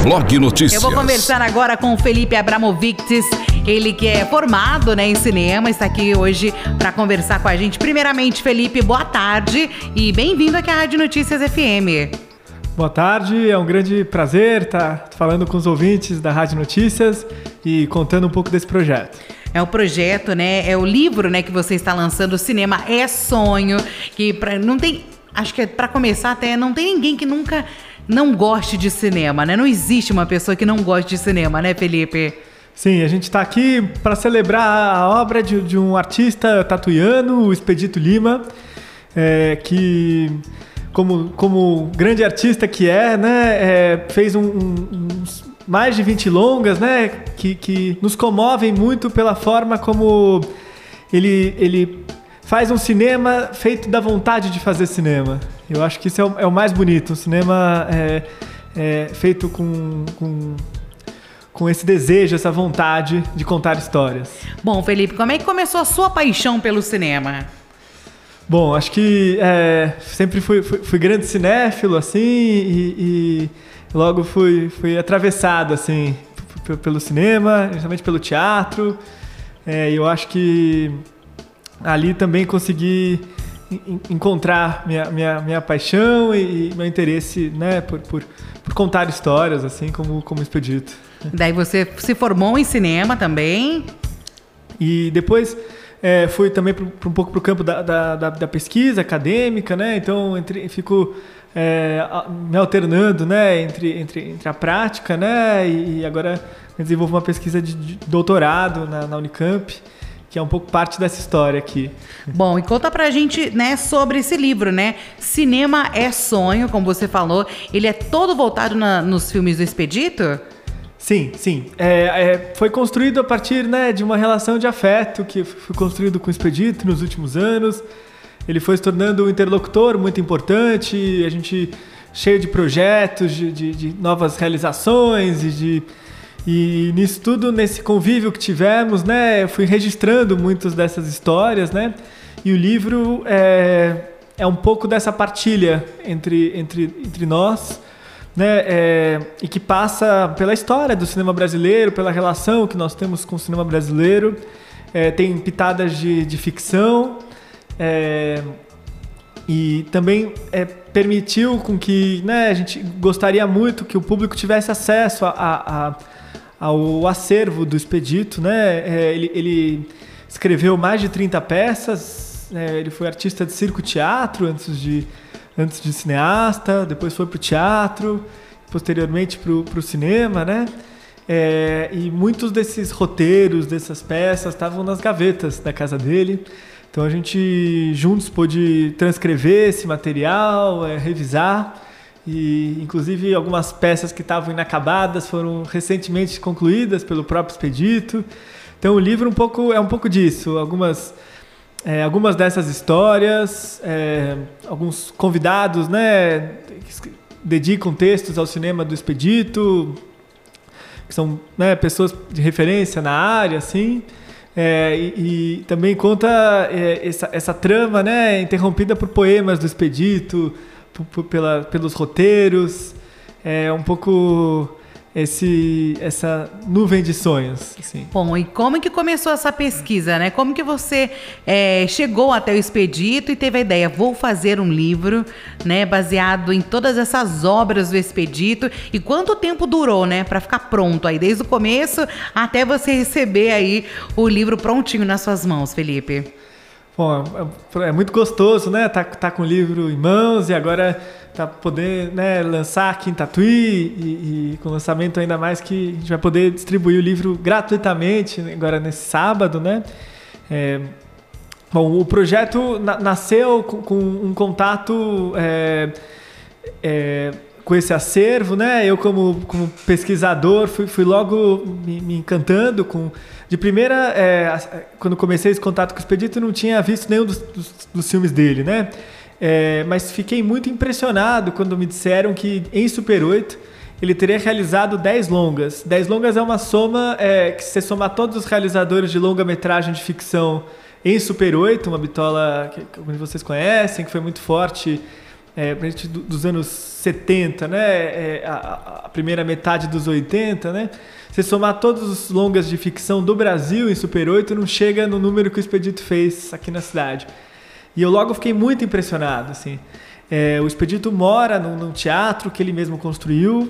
Blog Notícias. Eu vou conversar agora com o Felipe Abramovics, ele que é formado, né, em cinema, está aqui hoje para conversar com a gente. Primeiramente, Felipe, boa tarde e bem-vindo aqui à Rádio Notícias FM. Boa tarde, é um grande prazer estar falando com os ouvintes da Rádio Notícias e contando um pouco desse projeto. É o projeto, né? É o livro, né, que você está lançando, O Cinema é Sonho, que não tem, acho que para começar até, não tem ninguém que nunca não goste de cinema, né? Não existe uma pessoa que não goste de cinema, né, Felipe? Sim, a gente está aqui para celebrar a obra de um artista tatuiano, o Expedito Lima, que como grande artista que é, né, fez mais de 20 longas, né, que nos comovem muito pela forma como ele faz um cinema feito da vontade de fazer cinema. Eu acho que isso é o mais bonito, um cinema feito com esse desejo, essa vontade de contar histórias. Bom, Felipe, como é que começou a sua paixão pelo cinema? Bom, acho que sempre fui grande cinéfilo, assim, e logo fui atravessado, assim, pelo cinema, justamente pelo teatro. E eu acho que ali também consegui encontrar minha paixão e meu interesse, né, por contar histórias, assim, como Expedito. Daí você se formou em cinema também? E depois fui também um pouco para o campo da pesquisa acadêmica, né? Então fico me alternando, né, entre a prática, né, e agora desenvolvo uma pesquisa de doutorado na Unicamp, que é um pouco parte dessa história aqui. Bom, e conta pra gente, né, sobre esse livro, né? Cinema é Sonho, como você falou. Ele é todo voltado nos filmes do Expedito? Sim. Foi construído a partir, né, de uma relação de afeto que foi construído com o Expedito nos últimos anos. Ele foi se tornando um interlocutor muito importante, a gente cheio de projetos, de novas realizações e nisso tudo, nesse convívio que tivemos, né, eu fui registrando muitas dessas histórias, né, e o livro é um pouco dessa partilha entre nós, né, e que passa pela história do cinema brasileiro, pela relação que nós temos com o cinema brasileiro, tem pitadas de ficção, e também permitiu com que, né, a gente gostaria muito que o público tivesse acesso ao acervo do Expedito, né? Ele escreveu mais de 30 peças, ele foi artista de circo-teatro antes de cineasta, depois foi para o teatro, posteriormente para o cinema, né? E muitos desses roteiros, dessas peças, estavam nas gavetas da casa dele. Então a gente juntos pôde transcrever esse material, revisar, e inclusive algumas peças que estavam inacabadas foram recentemente concluídas pelo próprio Expedito. Então o livro é um pouco disso, algumas dessas histórias, alguns convidados, né, que dedicam textos ao cinema do Expedito, que são, né, pessoas de referência na área, assim. E também conta essa trama, né, interrompida por poemas do Expedito, pelos roteiros, um pouco essa nuvem de sonhos. Assim. Bom, e como que começou essa pesquisa, né? Como que você chegou até o Expedito e teve a ideia, vou fazer um livro, né, baseado em todas essas obras do Expedito, e quanto tempo durou, né, para ficar pronto aí, desde o começo até você receber aí o livro prontinho nas suas mãos, Felipe? Bom, é muito gostoso, né? Tá com o livro em mãos e agora tá poder, né, lançar aqui em Tatuí e com o lançamento ainda mais que a gente vai poder distribuir o livro gratuitamente agora nesse sábado, né? Bom, o projeto nasceu com um contato com esse acervo, né? Eu como pesquisador fui logo me encantando de primeira, quando comecei esse contato com o Expedito, eu não tinha visto nenhum dos filmes dele, né? Mas fiquei muito impressionado quando me disseram que em Super 8 ele teria realizado 10 longas. 10 longas é uma soma que se você somar todos os realizadores de longa-metragem de ficção em Super 8, uma bitola que alguns de vocês conhecem, que foi muito forte dos anos 70, né? A primeira metade dos 80, né? Se somar todos os longas de ficção do Brasil em Super 8, não chega no número que o Expedito fez aqui na cidade. E eu logo fiquei muito impressionado, assim. O Expedito mora num teatro que ele mesmo construiu,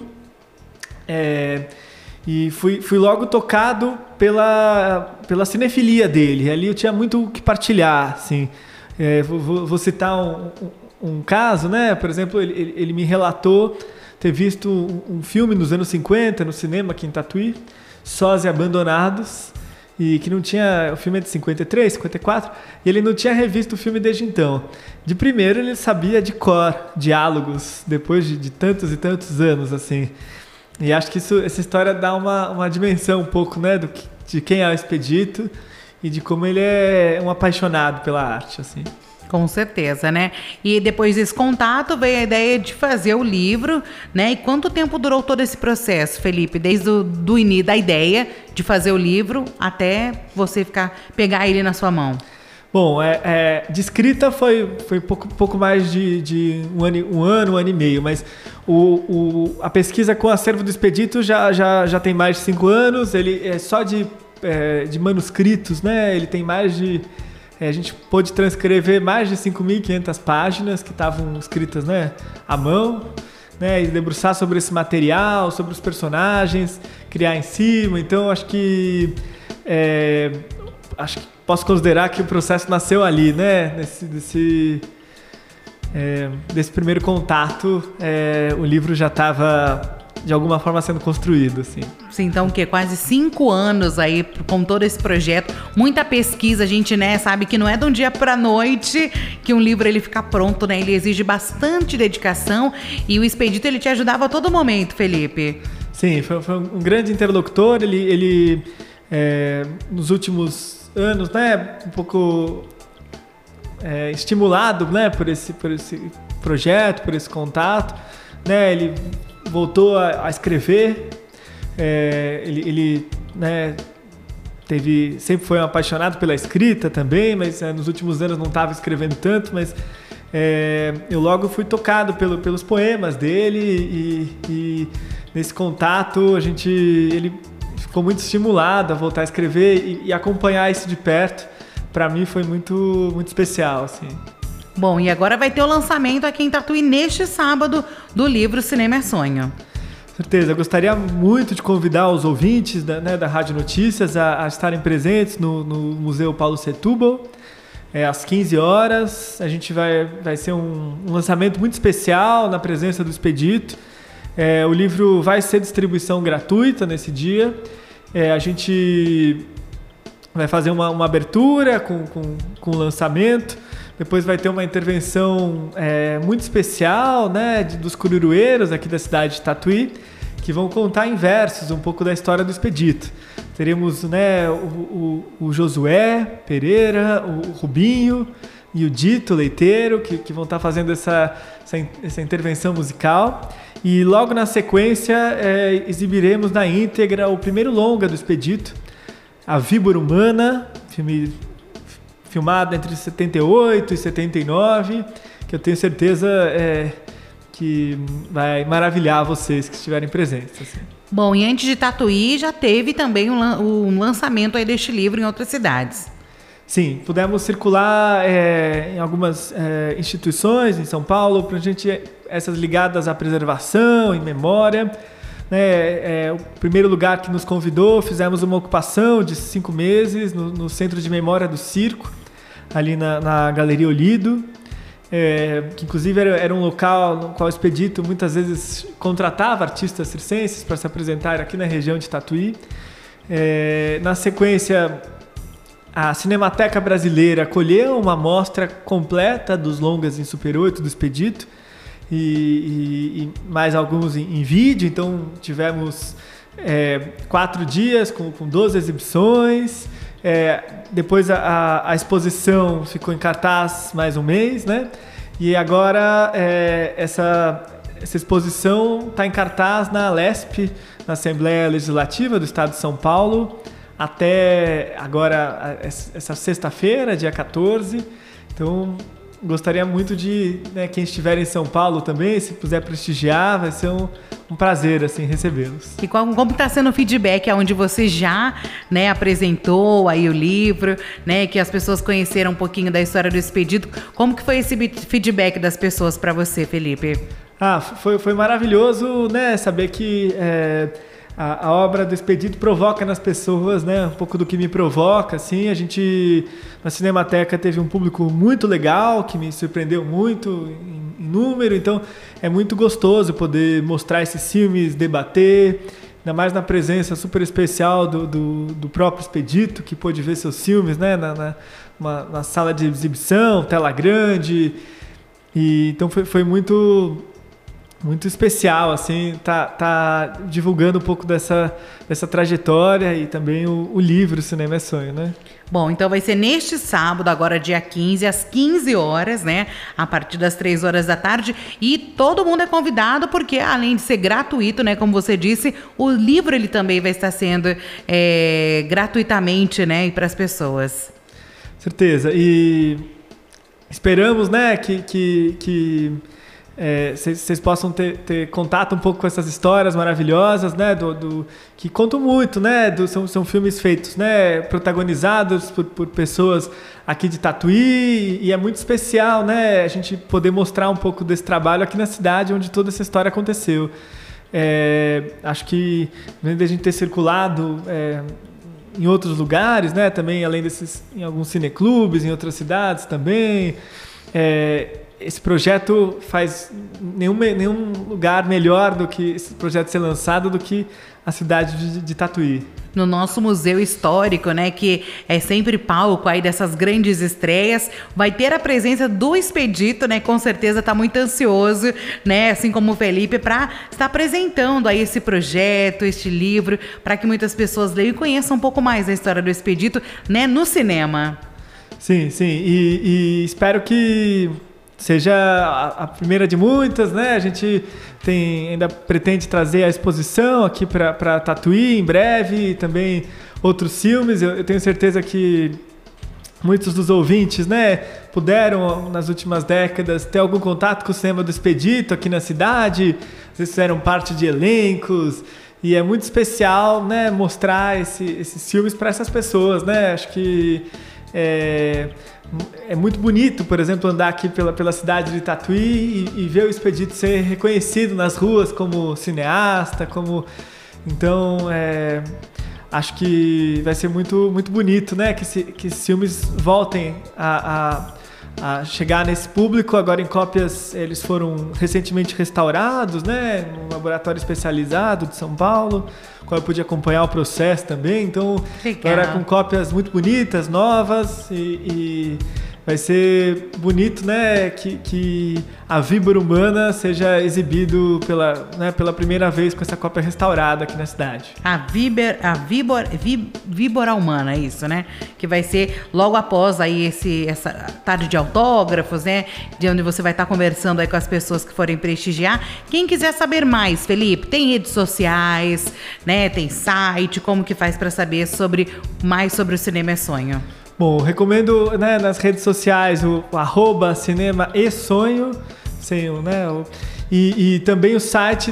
e fui logo tocado pela cinefilia dele. Ali eu tinha muito o que partilhar, assim. Vou citar um caso, né? Por exemplo, ele me relatou ter visto um filme nos anos 50 no cinema aqui em Tatuí, Sós e Abandonados, e que não tinha... O filme é de 53, 54, e ele não tinha revisto o filme desde então. De primeiro, ele sabia de cor diálogos, depois de tantos e tantos anos, assim. E acho que essa história dá uma dimensão um pouco, né, de quem é o Expedito e de como ele é um apaixonado pela arte, assim. Com certeza, né? E depois desse contato veio a ideia de fazer o livro, né? E quanto tempo durou todo esse processo, Felipe? Desde do início da ideia de fazer o livro até você pegar ele na sua mão. Bom, de escrita foi pouco mais de um ano e meio, mas a pesquisa com o acervo do Expedito já tem mais de 5 anos. Ele é só de manuscritos, né? Ele tem mais de... A gente pôde transcrever mais de 5.500 páginas que estavam escritas, né, à mão, né, e debruçar sobre esse material, sobre os personagens, criar em cima. Então, acho que posso considerar que o processo nasceu ali, né, desse primeiro contato. O livro já estava, de alguma forma, sendo construído, assim. Sim, então o quê? Quase 5 anos aí com todo esse projeto, muita pesquisa, a gente, né, sabe que não é de um dia para noite que um livro ele fica pronto, né? Ele exige bastante dedicação e o Expedito ele te ajudava a todo momento, Felipe. Sim, foi um grande interlocutor. Ele nos últimos anos, né, um pouco estimulado, né, por esse projeto, por esse contato, né, ele voltou a escrever. Ele né, sempre foi um apaixonado pela escrita também, mas nos últimos anos não estava escrevendo tanto, mas eu logo fui tocado pelos poemas dele e nesse contato ele ficou muito estimulado a voltar a escrever e acompanhar isso de perto. Para mim foi muito, muito especial, assim. Bom, e agora vai ter o lançamento aqui em Tatuí neste sábado do livro Cinema é Sonho. Certeza, eu gostaria muito de convidar os ouvintes da Rádio Notícias a estarem presentes no Museu Paulo Setúbal, às 15 horas. A gente vai ser um lançamento muito especial na presença do Expedito. O livro vai ser distribuição gratuita nesse dia. A gente vai fazer uma abertura com o lançamento. Depois vai ter uma intervenção muito especial, né, dos cururueiros aqui da cidade de Tatuí, que vão contar em versos um pouco da história do Expedito. Teremos, né, o Josué Pereira, o Rubinho e o Dito Leiteiro, que vão estar fazendo essa intervenção musical. E logo na sequência exibiremos na íntegra o primeiro longa do Expedito, A Víbora Humana, filmado entre 78 e 79, que eu tenho certeza que vai maravilhar vocês que estiverem presentes. Assim. Bom, e antes de Tatuí, já teve também um lançamento aí deste livro em outras cidades. Sim, pudemos circular em algumas instituições em São Paulo, para a gente, essas ligadas à preservação e memória. O primeiro lugar que nos convidou, fizemos uma ocupação de 5 meses no Centro de Memória do Circo, ali na Galeria Olido, que inclusive era um local no qual o Expedito muitas vezes contratava artistas circenses para se apresentar aqui na região de Tatuí. Na sequência, a Cinemateca Brasileira acolheu uma amostra completa dos longas em Super 8 do Expedito, e mais alguns em vídeo. Então tivemos 4 dias com 12 exibições. Depois a exposição ficou em cartaz mais um mês, né? E agora essa exposição está em cartaz na Alesp, na Assembleia Legislativa do Estado de São Paulo, até agora essa sexta-feira, dia 14. Então gostaria muito de, né, quem estiver em São Paulo também, se puder prestigiar, vai ser um prazer, assim, recebê-los. E como está sendo o feedback onde você já, né, apresentou aí o livro, né, que as pessoas conheceram um pouquinho da história do Expedito? Como que foi esse feedback das pessoas para você, Felipe? Foi maravilhoso, né, saber que a obra do Expedito provoca nas pessoas, né, um pouco do que me provoca, assim. A gente, na Cinemateca, teve um público muito legal, que me surpreendeu muito em número, então é muito gostoso poder mostrar esses filmes, debater, ainda mais na presença super especial do próprio Expedito, que pôde ver seus filmes, né, na sala de exibição, tela grande, e então foi muito especial, assim, tá divulgando um pouco dessa trajetória e também o livro Cinema é Sonho, né? Bom, então vai ser neste sábado, agora dia 15, às 15 horas, né? A partir das 3 horas da tarde. E todo mundo é convidado, porque além de ser gratuito, né? Como você disse, o livro ele também vai estar sendo gratuitamente, né? Para as pessoas. Certeza. E esperamos, né? Que vocês possam ter contato um pouco com essas histórias maravilhosas, né, que contam muito, né, são filmes feitos, né, protagonizados por pessoas aqui de Tatuí, e é muito especial, né, a gente poder mostrar um pouco desse trabalho aqui na cidade onde toda essa história aconteceu. Acho que, além de a gente ter circulado em outros lugares, né, também além desses, em alguns cineclubes, em outras cidades também, esse projeto faz nenhum lugar melhor do que esse projeto ser lançado do que a cidade de Tatuí. No nosso museu histórico, né, que é sempre palco aí dessas grandes estreias, vai ter a presença do Expedito, né, com certeza está muito ansioso, né, assim como o Felipe, para estar apresentando aí esse projeto, este livro, para que muitas pessoas leiam e conheçam um pouco mais da história do Expedito, né, no cinema. Sim, e espero que seja a primeira de muitas, né? A gente ainda pretende trazer a exposição aqui para Tatuí em breve, e também outros filmes. Eu tenho certeza que muitos dos ouvintes, né, puderam nas últimas décadas ter algum contato com o cinema do Expedito aqui na cidade. Vocês fizeram parte de elencos e é muito especial, né, mostrar esses filmes para essas pessoas, né? Acho que é muito bonito, por exemplo, andar aqui pela cidade de Tatuí e ver o Expedito ser reconhecido nas ruas como cineasta, então acho que vai ser muito, muito bonito, né? Que esses filmes voltem a chegar nesse público. Agora em cópias, eles foram recentemente restaurados, né? Num laboratório especializado de São Paulo, qual eu pude acompanhar o processo também. Então, agora com cópias muito bonitas, novas, e vai ser bonito, né, que a Víbora Humana seja exibido pela primeira vez com essa cópia restaurada aqui na cidade. A Víbora Humana, é isso, né? Que vai ser logo após aí essa tarde de autógrafos, né? De onde você vai estar conversando aí com as pessoas que forem prestigiar. Quem quiser saber mais, Felipe, tem redes sociais, né? Tem site, como que faz para saber mais sobre o Cinema é Sonho? Bom, recomendo, né, nas redes sociais o @Cinema e Sonho, né, e também o site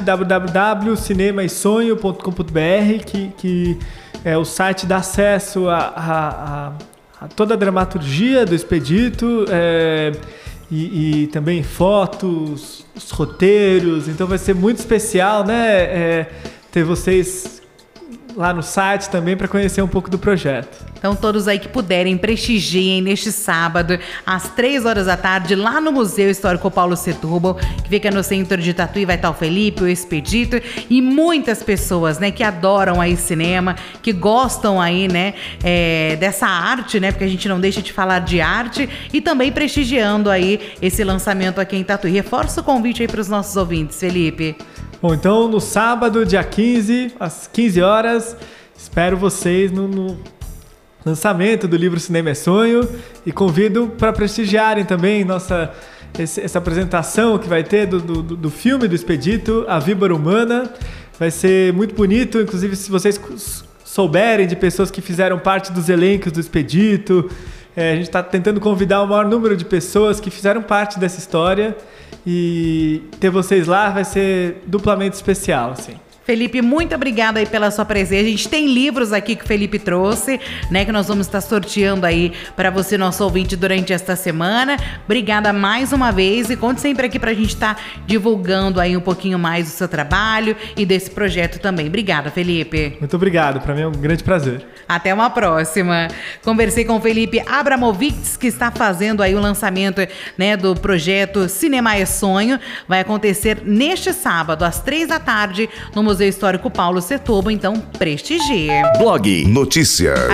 www.cinemaesonho.com.br, que é o site dá acesso a toda a dramaturgia do Expedito, e também fotos, os roteiros. Então vai ser muito especial, né, ter vocês lá no site também para conhecer um pouco do projeto. Então todos aí que puderem, prestigiem neste sábado, às 3 horas da tarde, lá no Museu Histórico Paulo Setúbal, que fica no centro de Tatuí. Vai estar o Felipe, o Expedito e muitas pessoas, né, que adoram aí cinema, que gostam aí, né, dessa arte, né, porque a gente não deixa de falar de arte, e também prestigiando aí esse lançamento aqui em Tatuí. Reforça o convite aí para os nossos ouvintes, Felipe. Bom, então no sábado, dia 15, às 15 horas, espero vocês no lançamento do livro Cinema é Sonho, e convido para prestigiarem também essa apresentação que vai ter do filme do Expedito, A Víbora Humana. Vai ser muito bonito, inclusive se vocês souberem de pessoas que fizeram parte dos elencos do Expedito, A gente está tentando convidar o maior número de pessoas que fizeram parte dessa história e ter vocês lá vai ser duplamente especial, assim. Felipe, muito obrigada aí pela sua presença. A gente tem livros aqui que o Felipe trouxe, né, que nós vamos estar sorteando aí para você, nosso ouvinte, durante esta semana. Obrigada mais uma vez e conte sempre aqui pra gente estar divulgando aí um pouquinho mais do seu trabalho e desse projeto também. Obrigada, Felipe. Muito obrigado, para mim é um grande prazer. Até uma próxima. Conversei com o Felipe Abramovitz, que está fazendo aí o lançamento, né, do projeto Cinema é Sonho. Vai acontecer neste sábado, às 15h, no Museu Histórico Paulo Setúbal, então prestigie. Blog Notícias.